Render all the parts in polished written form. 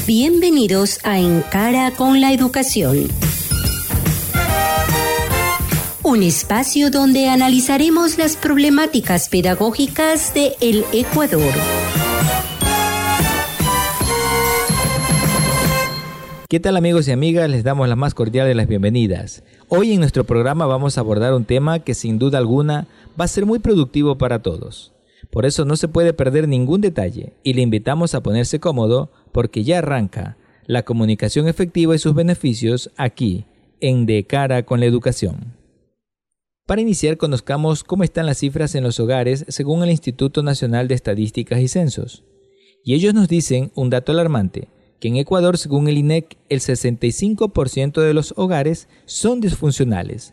Bienvenidos a Encara con la Educación. Un espacio donde analizaremos las problemáticas pedagógicas de El Ecuador. ¿Qué tal, amigos y amigas? Les damos la más cordial de las bienvenidas. Hoy en nuestro programa vamos a abordar un tema que sin duda alguna va a ser muy productivo para todos. Por eso no se puede perder ningún detalle y le invitamos a ponerse cómodo porque ya arranca la comunicación efectiva y sus beneficios aquí en De Cara con la Educación. Para iniciar, conozcamos cómo están las cifras en los hogares según el Instituto Nacional de Estadísticas y Censos. Y ellos nos dicen un dato alarmante, que en Ecuador, según el INEC, el 65% de los hogares son disfuncionales.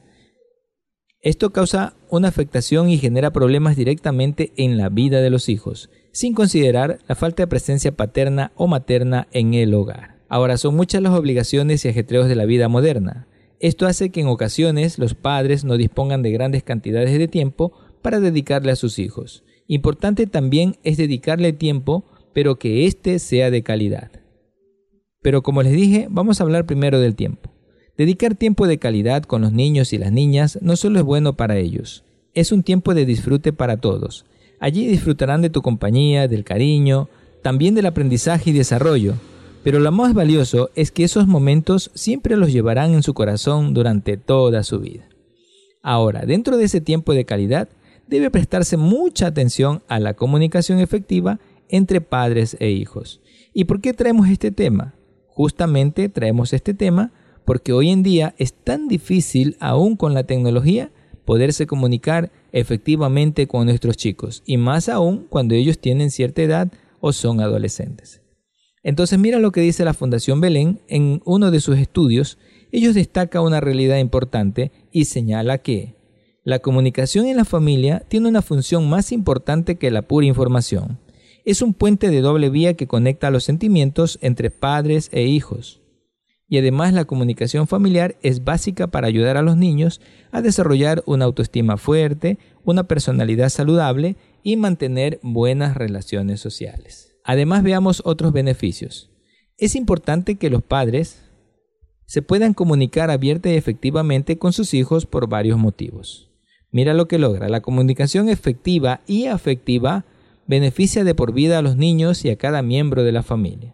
Esto causa una afectación y genera problemas directamente en la vida de los hijos, sin considerar la falta de presencia paterna o materna en el hogar. Ahora, son muchas las obligaciones y ajetreos de la vida moderna. Esto hace que en ocasiones los padres no dispongan de grandes cantidades de tiempo para dedicarle a sus hijos. Importante también es dedicarle tiempo, pero que éste sea de calidad. Pero como les dije, vamos a hablar primero del tiempo. Dedicar tiempo de calidad con los niños y las niñas no solo es bueno para ellos, es un tiempo de disfrute para todos. Allí disfrutarán de tu compañía, del cariño, también del aprendizaje y desarrollo. Pero lo más valioso es que esos momentos siempre los llevarán en su corazón durante toda su vida. Ahora, dentro de ese tiempo de calidad, debe prestarse mucha atención a la comunicación efectiva entre padres e hijos. ¿Y por qué traemos este tema? Justamente traemos este tema porque hoy en día es tan difícil, aún con la tecnología, poderse comunicar efectivamente con nuestros chicos, y más aún cuando ellos tienen cierta edad o son adolescentes. Entonces mira lo que dice la Fundación Belén en uno de sus estudios. Ellos destacan una realidad importante y señala que la comunicación en la familia tiene una función más importante que la pura información. Es un puente de doble vía que conecta los sentimientos entre padres e hijos. Y además la comunicación familiar es básica para ayudar a los niños a desarrollar una autoestima fuerte, una personalidad saludable y mantener buenas relaciones sociales. Además, veamos otros beneficios. Es importante que los padres se puedan comunicar abierta y efectivamente con sus hijos por varios motivos. Mira lo que logra. La comunicación efectiva y afectiva beneficia de por vida a los niños y a cada miembro de la familia.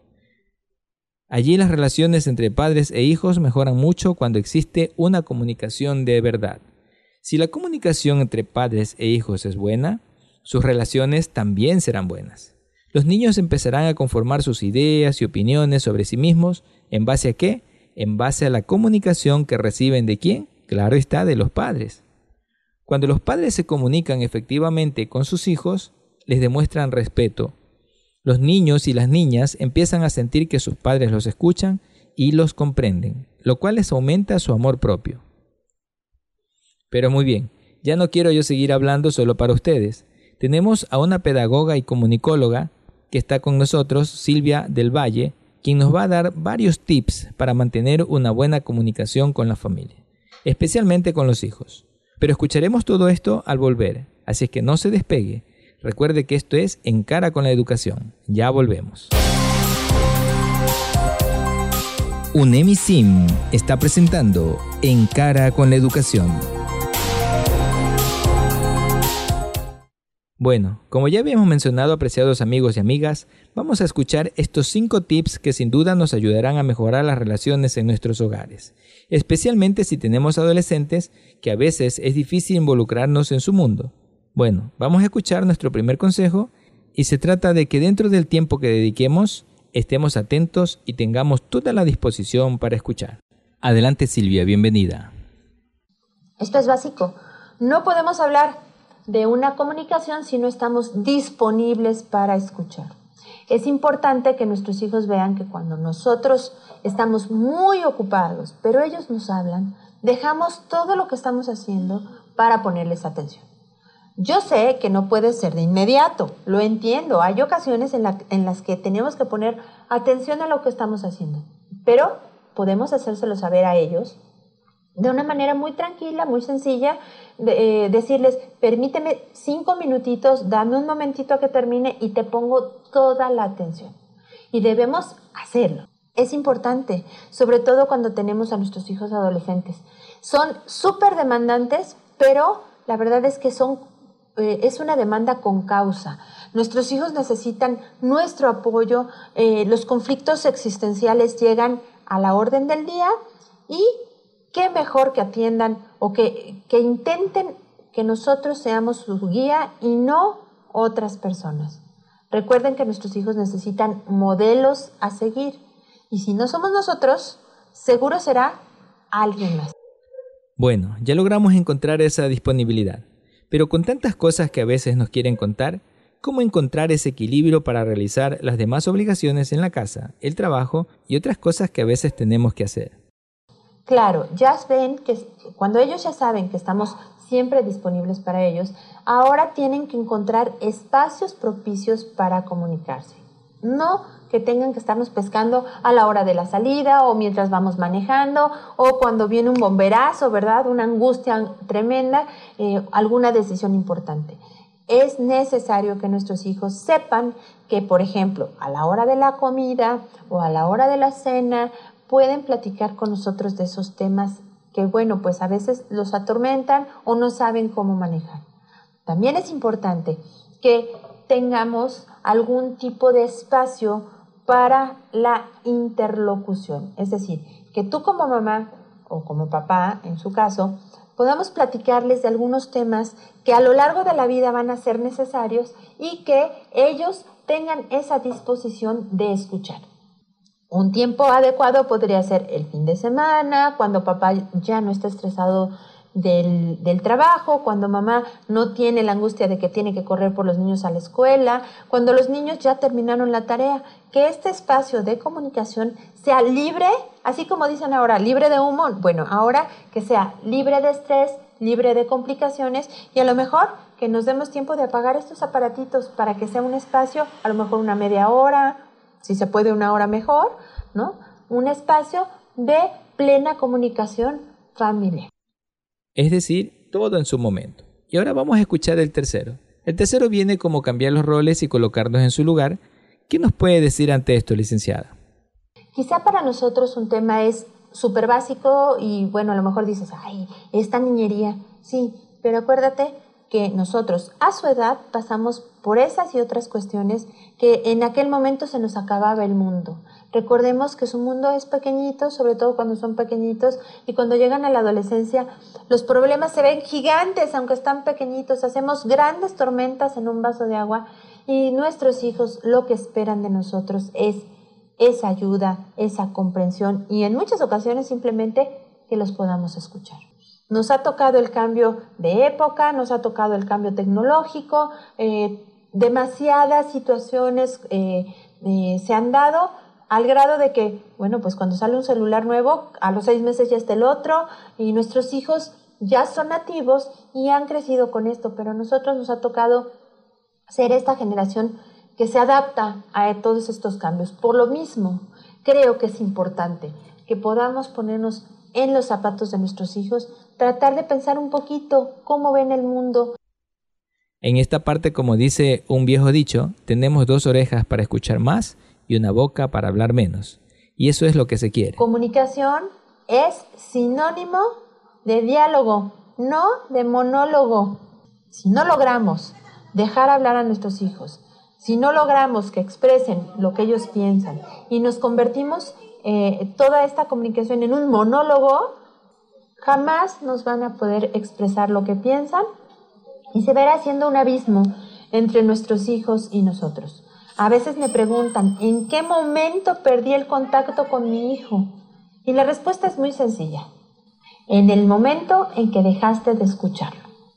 Allí las relaciones entre padres e hijos mejoran mucho cuando existe una comunicación de verdad. Si la comunicación entre padres e hijos es buena, sus relaciones también serán buenas. Los niños empezarán a conformar sus ideas y opiniones sobre sí mismos. ¿En base a qué? En base a la comunicación que reciben ¿de quién? Claro está, de los padres. Cuando los padres se comunican efectivamente con sus hijos, les demuestran respeto. Los niños y las niñas empiezan a sentir que sus padres los escuchan y los comprenden, lo cual les aumenta su amor propio. Pero muy bien, ya no quiero yo seguir hablando solo para ustedes. Tenemos a una pedagoga y comunicóloga que está con nosotros, Silvia del Valle, quien nos va a dar varios tips para mantener una buena comunicación con la familia, especialmente con los hijos. Pero escucharemos todo esto al volver, así es que no se despegue. Recuerde que esto es Encara con la Educación. Ya volvemos. UNEMISIM está presentando Encara con la Educación. Bueno, como ya habíamos mencionado, apreciados amigos y amigas, vamos a escuchar estos 5 tips que sin duda nos ayudarán a mejorar las relaciones en nuestros hogares, especialmente si tenemos adolescentes que a veces es difícil involucrarnos en su mundo. Bueno, vamos a escuchar nuestro primer consejo y se trata de que dentro del tiempo que dediquemos estemos atentos y tengamos toda la disposición para escuchar. Adelante, Silvia, bienvenida. Esto es básico. No podemos hablar de una comunicación si no estamos disponibles para escuchar. Es importante que nuestros hijos vean que cuando nosotros estamos muy ocupados, pero ellos nos hablan, dejamos todo lo que estamos haciendo para ponerles atención. Yo sé que no puede ser de inmediato, lo entiendo. Hay ocasiones en las que tenemos que poner atención a lo que estamos haciendo, pero podemos hacérselo saber a ellos de una manera muy tranquila, muy sencilla, decirles, permíteme 5 minutitos, dame un momentito a que termine y te pongo toda la atención. Y debemos hacerlo. Es importante, sobre todo cuando tenemos a nuestros hijos adolescentes. Son súper demandantes, pero la verdad es que es una demanda con causa. Nuestros hijos necesitan nuestro apoyo, los conflictos existenciales llegan a la orden del día y qué mejor que atiendan o que intenten que nosotros seamos su guía y no otras personas. Recuerden que nuestros hijos necesitan modelos a seguir y si no somos nosotros, seguro será alguien más. Bueno, ya logramos encontrar esa disponibilidad, pero con tantas cosas que a veces nos quieren contar, ¿cómo encontrar ese equilibrio para realizar las demás obligaciones en la casa, el trabajo y otras cosas que a veces tenemos que hacer? Claro, ya ven que cuando ellos ya saben que estamos siempre disponibles para ellos, ahora tienen que encontrar espacios propicios para comunicarse. No que tengan que estarnos pescando a la hora de la salida o mientras vamos manejando o cuando viene un bomberazo, ¿verdad? Una angustia tremenda, alguna decisión importante. Es necesario que nuestros hijos sepan que, por ejemplo, a la hora de la comida o a la hora de la cena, pueden platicar con nosotros de esos temas que, bueno, pues a veces los atormentan o no saben cómo manejar. También es importante que tengamos algún tipo de espacio para la interlocución. Es decir, que tú como mamá o como papá, en su caso, podamos platicarles de algunos temas que a lo largo de la vida van a ser necesarios y que ellos tengan esa disposición de escuchar. Un tiempo adecuado podría ser el fin de semana, cuando papá ya no está estresado del trabajo, cuando mamá no tiene la angustia de que tiene que correr por los niños a la escuela, cuando los niños ya terminaron la tarea, que este espacio de comunicación sea libre, así como dicen ahora, libre de humo, bueno, ahora que sea libre de estrés, libre de complicaciones y a lo mejor que nos demos tiempo de apagar estos aparatitos para que sea un espacio, a lo mejor una media hora, si se puede una hora mejor, ¿no? Un espacio de plena comunicación familiar. Es decir, todo en su momento. Y ahora vamos a escuchar el tercero. El tercero viene como cambiar los roles y colocarnos en su lugar. ¿Qué nos puede decir ante esto, licenciada? Quizá para nosotros un tema es súper básico y bueno, a lo mejor dices, ay, esta niñería. Sí, pero acuérdate que nosotros a su edad pasamos por esas y otras cuestiones que en aquel momento se nos acababa el mundo. Recordemos que su mundo es pequeñito, sobre todo cuando son pequeñitos y cuando llegan a la adolescencia los problemas se ven gigantes aunque están pequeñitos, hacemos grandes tormentas en un vaso de agua y nuestros hijos lo que esperan de nosotros es esa ayuda, esa comprensión y en muchas ocasiones simplemente que los podamos escuchar. Nos ha tocado el cambio de época, nos ha tocado el cambio tecnológico, demasiadas situaciones se han dado al grado de que, bueno, pues cuando sale un celular nuevo, a los 6 meses ya está el otro y nuestros hijos ya son nativos y han crecido con esto, pero a nosotros nos ha tocado ser esta generación que se adapta a todos estos cambios. Por lo mismo, creo que es importante que podamos ponernos en los zapatos de nuestros hijos, tratar de pensar un poquito cómo ven el mundo. En esta parte, como dice un viejo dicho, tenemos 2 orejas para escuchar más y una boca para hablar menos. Y eso es lo que se quiere. Comunicación es sinónimo de diálogo, no de monólogo. Si no logramos dejar hablar a nuestros hijos, si no logramos que expresen lo que ellos piensan y nos convertimos toda esta comunicación en un monólogo, jamás nos van a poder expresar lo que piensan y se verá haciendo un abismo entre nuestros hijos y nosotros. A veces me preguntan, ¿en qué momento perdí el contacto con mi hijo? Y la respuesta es muy sencilla. En el momento en que dejaste de escucharlo.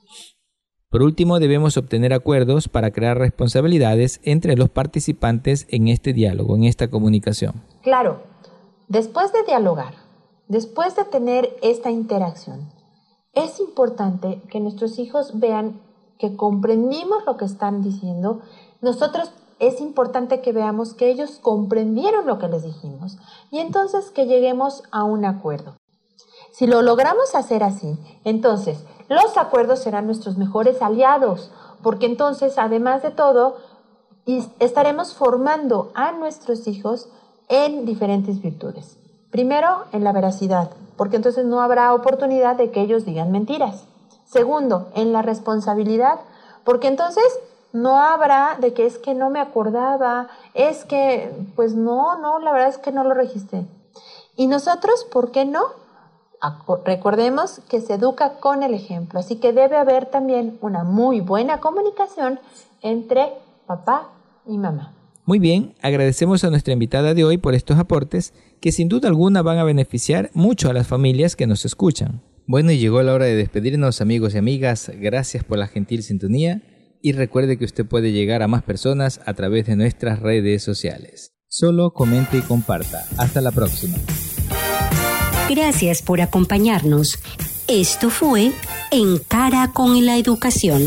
Por último, debemos obtener acuerdos para crear responsabilidades entre los participantes en este diálogo, en esta comunicación. Claro, después de dialogar, después de tener esta interacción, es importante que nuestros hijos vean que comprendimos lo que están diciendo. Nosotros es importante que veamos que ellos comprendieron lo que les dijimos y entonces que lleguemos a un acuerdo. Si lo logramos hacer así, entonces los acuerdos serán nuestros mejores aliados, porque entonces, además de todo, estaremos formando a nuestros hijos en diferentes virtudes. Primero, en la veracidad, porque entonces no habrá oportunidad de que ellos digan mentiras. Segundo, en la responsabilidad, porque entonces no habrá de que es que no me acordaba, es que, pues no, la verdad es que no lo registré. Y nosotros, ¿por qué no? Recordemos que se educa con el ejemplo, así que debe haber también una muy buena comunicación entre papá y mamá. Muy bien, agradecemos a nuestra invitada de hoy por estos aportes que sin duda alguna van a beneficiar mucho a las familias que nos escuchan. Bueno, y llegó la hora de despedirnos, amigos y amigas. Gracias por la gentil sintonía y recuerde que usted puede llegar a más personas a través de nuestras redes sociales. Solo comente y comparta. Hasta la próxima. Gracias por acompañarnos. Esto fue En Cara con la Educación.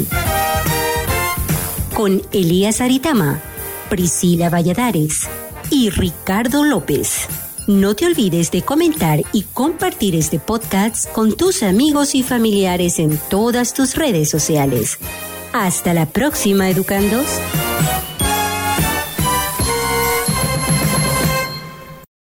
Con Elías Aritama, Priscila Valladares y Ricardo López. No te olvides de comentar y compartir este podcast con tus amigos y familiares en todas tus redes sociales. Hasta la próxima, educandos.